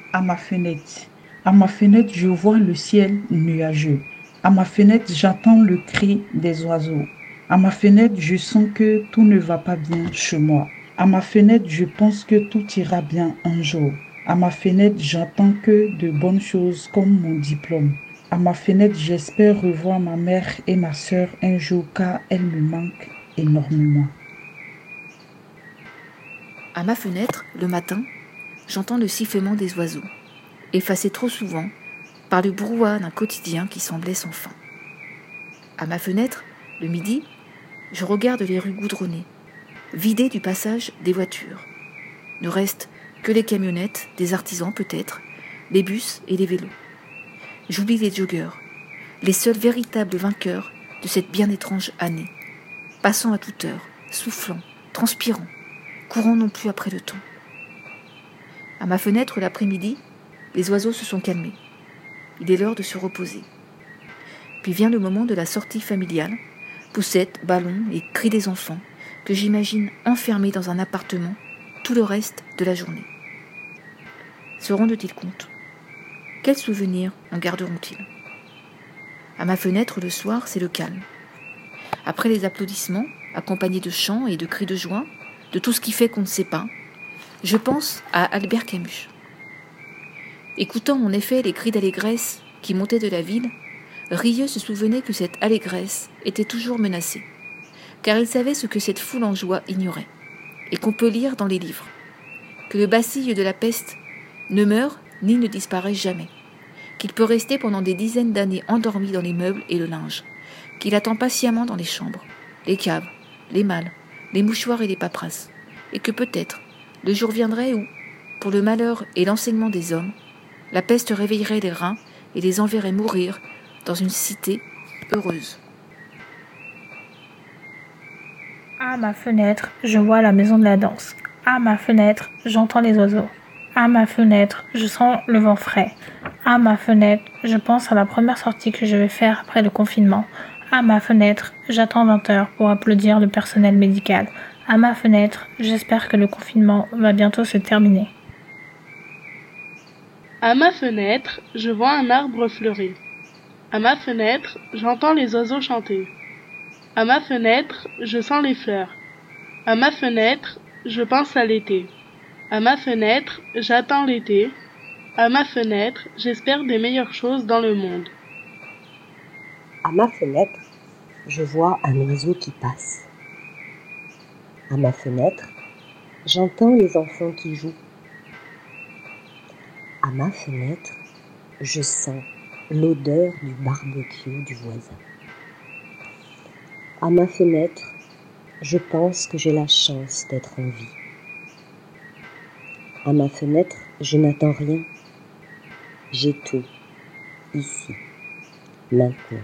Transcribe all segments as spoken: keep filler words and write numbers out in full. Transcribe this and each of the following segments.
À ma fenêtre. À ma fenêtre, je vois le ciel nuageux. À ma fenêtre, j'entends le cri des oiseaux. À ma fenêtre, je sens que tout ne va pas bien chez moi. À ma fenêtre, je pense que tout ira bien un jour. À ma fenêtre, j'entends que de bonnes choses comme mon diplôme. À ma fenêtre, j'espère revoir ma mère et ma sœur un jour car elles me manquent énormément. À ma fenêtre, le matin, j'entends le sifflement des oiseaux, effacé trop souvent par le brouhaha d'un quotidien qui semblait sans fin. À ma fenêtre, le midi, je regarde les rues goudronnées, vidées du passage des voitures. Ne restent que les camionnettes, des artisans peut-être, les bus et les vélos. J'oublie les joggeurs, les seuls véritables vainqueurs de cette bien étrange année, passant à toute heure, soufflant, transpirant, courant non plus après le temps. À ma fenêtre, l'après-midi, les oiseaux se sont calmés. Il est l'heure de se reposer. Puis vient le moment de la sortie familiale, poussettes, ballons et cris des enfants, que j'imagine enfermés dans un appartement tout le reste de la journée. Se rendent-ils compte? Quels souvenirs en garderont-ils? À ma fenêtre, le soir, c'est le calme. Après les applaudissements, accompagnés de chants et de cris de joie, de tout ce qui fait qu'on ne sait pas, je pense à Albert Camus. Écoutant en effet les cris d'allégresse qui montaient de la ville, Rieux se souvenait que cette allégresse était toujours menacée, car il savait ce que cette foule en joie ignorait, et qu'on peut lire dans les livres, que le bacille de la peste ne meurt ni ne disparaît jamais, qu'il peut rester pendant des dizaines d'années endormi dans les meubles et le linge, qu'il attend patiemment dans les chambres, les caves, les malles, les mouchoirs et les paperasses, et que peut-être le jour viendrait où, pour le malheur et l'enseignement des hommes, la peste réveillerait les reins et les enverrait mourir dans une cité heureuse. À ma fenêtre, je vois la maison de la danse. À ma fenêtre, j'entends les oiseaux. À ma fenêtre, je sens le vent frais. À ma fenêtre, je pense à la première sortie que je vais faire après le confinement. À ma fenêtre, j'attends vingt heures pour applaudir le personnel médical. À ma fenêtre, j'espère que le confinement va bientôt se terminer. À ma fenêtre, je vois un arbre fleuri. À ma fenêtre, j'entends les oiseaux chanter. À ma fenêtre, je sens les fleurs. À ma fenêtre, je pense à l'été. À ma fenêtre, j'attends l'été. À ma fenêtre, j'espère des meilleures choses dans le monde. À ma fenêtre, je vois un oiseau qui passe. À ma fenêtre, j'entends les enfants qui jouent. À ma fenêtre, je sens l'odeur du barbecue du voisin. À ma fenêtre, je pense que j'ai la chance d'être en vie. À ma fenêtre, je n'attends rien. J'ai tout, ici, maintenant.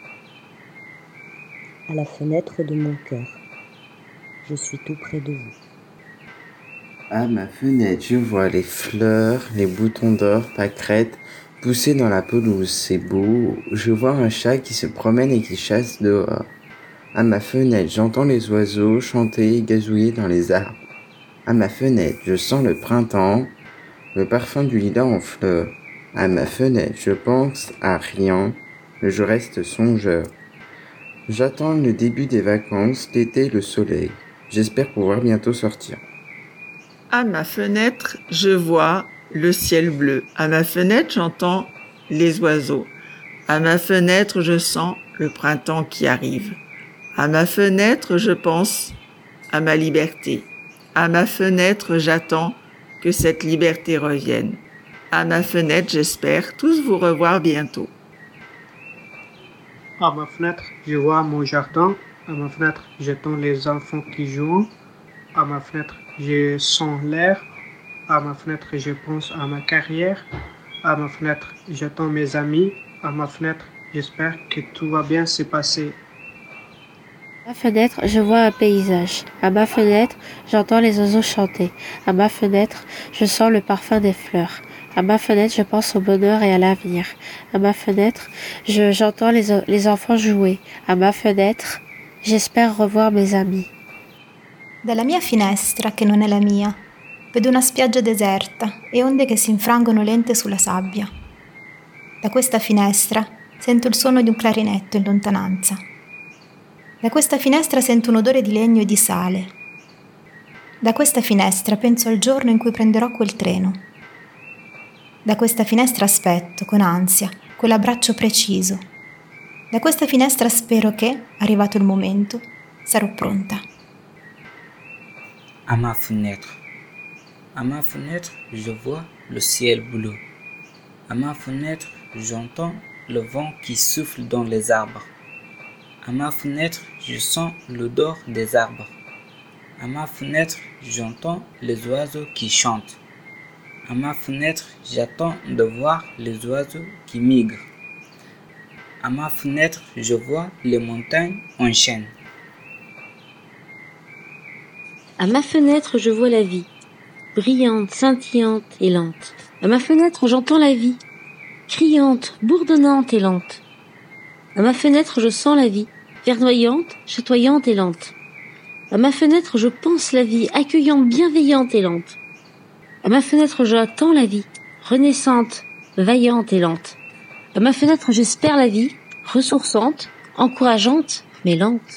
À la fenêtre de mon cœur, je suis tout près de vous. À ma fenêtre, je vois les fleurs, les boutons d'or, pâquerettes, pousser dans la pelouse. C'est beau. Je vois un chat qui se promène et qui chasse dehors. À ma fenêtre, j'entends les oiseaux chanter et gazouiller dans les arbres. À ma fenêtre, je sens le printemps, le parfum du lilas en fleurs. À ma fenêtre, je pense à rien, je reste songeur. J'attends le début des vacances, l'été, le soleil. J'espère pouvoir bientôt sortir. À ma fenêtre, je vois le ciel bleu. À ma fenêtre, j'entends les oiseaux. À ma fenêtre, je sens le printemps qui arrive. À ma fenêtre, je pense à ma liberté. À ma fenêtre, j'attends que cette liberté revienne. À ma fenêtre, j'espère tous vous revoir bientôt. À ma fenêtre, je vois mon jardin. À ma fenêtre, j'entends les enfants qui jouent. À ma fenêtre, je sens l'air. À ma fenêtre, je pense à ma carrière. À ma fenêtre, j'attends mes amis. À ma fenêtre, j'espère que tout va bien se passer. À ma fenêtre, je vois un paysage. À ma fenêtre, j'entends les oiseaux chanter. À ma fenêtre, je sens le parfum des fleurs. À ma fenêtre, je pense au bonheur et à l'avenir. À ma fenêtre, je, j'entends les, les enfants jouer. À ma fenêtre, j'espère revoir mes amis. Dalla mia finestra, che non è la mia, Vedo una spiaggia deserta e onde che si infrangono lente sulla sabbia. Da questa finestra sento il suono di un clarinetto in lontananza. Da questa finestra sento un odore di legno e di sale. Da questa finestra penso al giorno in cui prenderò quel treno. Da questa finestra aspetto, con ansia, quell'abbraccio preciso. Da questa finestra spero che, arrivato il momento, sarò pronta. À ma fenêtre. À ma fenêtre, je vois le ciel bleu. À ma fenêtre, j'entends le vent qui souffle dans les arbres. À ma fenêtre, je sens l'odeur des arbres. À ma fenêtre, j'entends les oiseaux qui chantent. À ma fenêtre, j'attends de voir les oiseaux qui migrent. À ma fenêtre, je vois les montagnes en chaîne. À ma fenêtre, je vois la vie, brillante, scintillante et lente. À ma fenêtre, j'entends la vie, criante, bourdonnante et lente. À ma fenêtre, je sens la vie, verdoyante, chatoyante et lente. À ma fenêtre, je pense la vie, accueillante, bienveillante et lente. À ma fenêtre, j'attends la vie, renaissante, vaillante et lente. À ma fenêtre, j'espère la vie, ressourçante, encourageante, mais lente.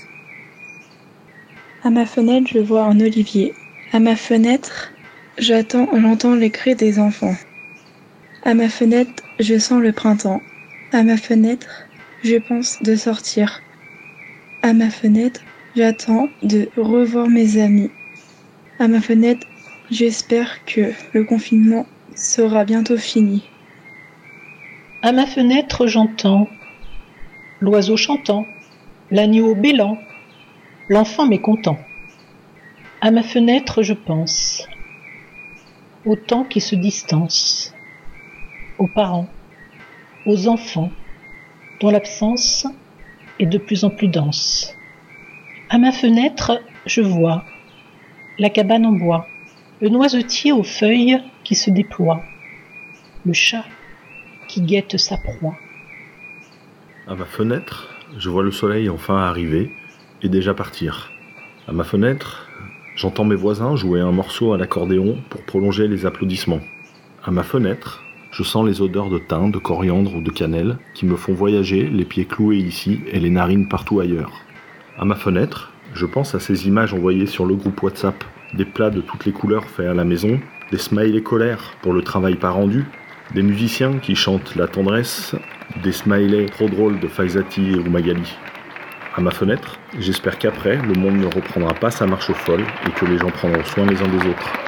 À ma fenêtre, je vois un olivier. À ma fenêtre, j'attends, j'entends les cris des enfants. À ma fenêtre, je sens le printemps. À ma fenêtre, je pense de sortir. À ma fenêtre, j'attends de revoir mes amis. À ma fenêtre, j'espère que le confinement sera bientôt fini. À ma fenêtre, j'entends l'oiseau chantant, l'agneau bêlant, l'enfant mécontent. À ma fenêtre, je pense au temps qui se distance, aux parents, aux enfants, dont l'absence est de plus en plus dense. À ma fenêtre, je vois la cabane en bois, le noisetier aux feuilles qui se déploie, le chat qui guette sa proie. À ma fenêtre, je vois le soleil enfin arriver et déjà partir. À ma fenêtre, j'entends mes voisins jouer un morceau à l'accordéon pour prolonger les applaudissements. À ma fenêtre, je sens les odeurs de thym, de coriandre ou de cannelle qui me font voyager, les pieds cloués ici et les narines partout ailleurs. À ma fenêtre, je pense à ces images envoyées sur le groupe WhatsApp, des plats de toutes les couleurs faits à la maison, des smileys colères pour le travail pas rendu, des musiciens qui chantent la tendresse, des smileys trop drôles de Faisati ou Magali. À ma fenêtre, j'espère qu'après, le monde ne reprendra pas sa marche folle et que les gens prendront soin les uns des autres.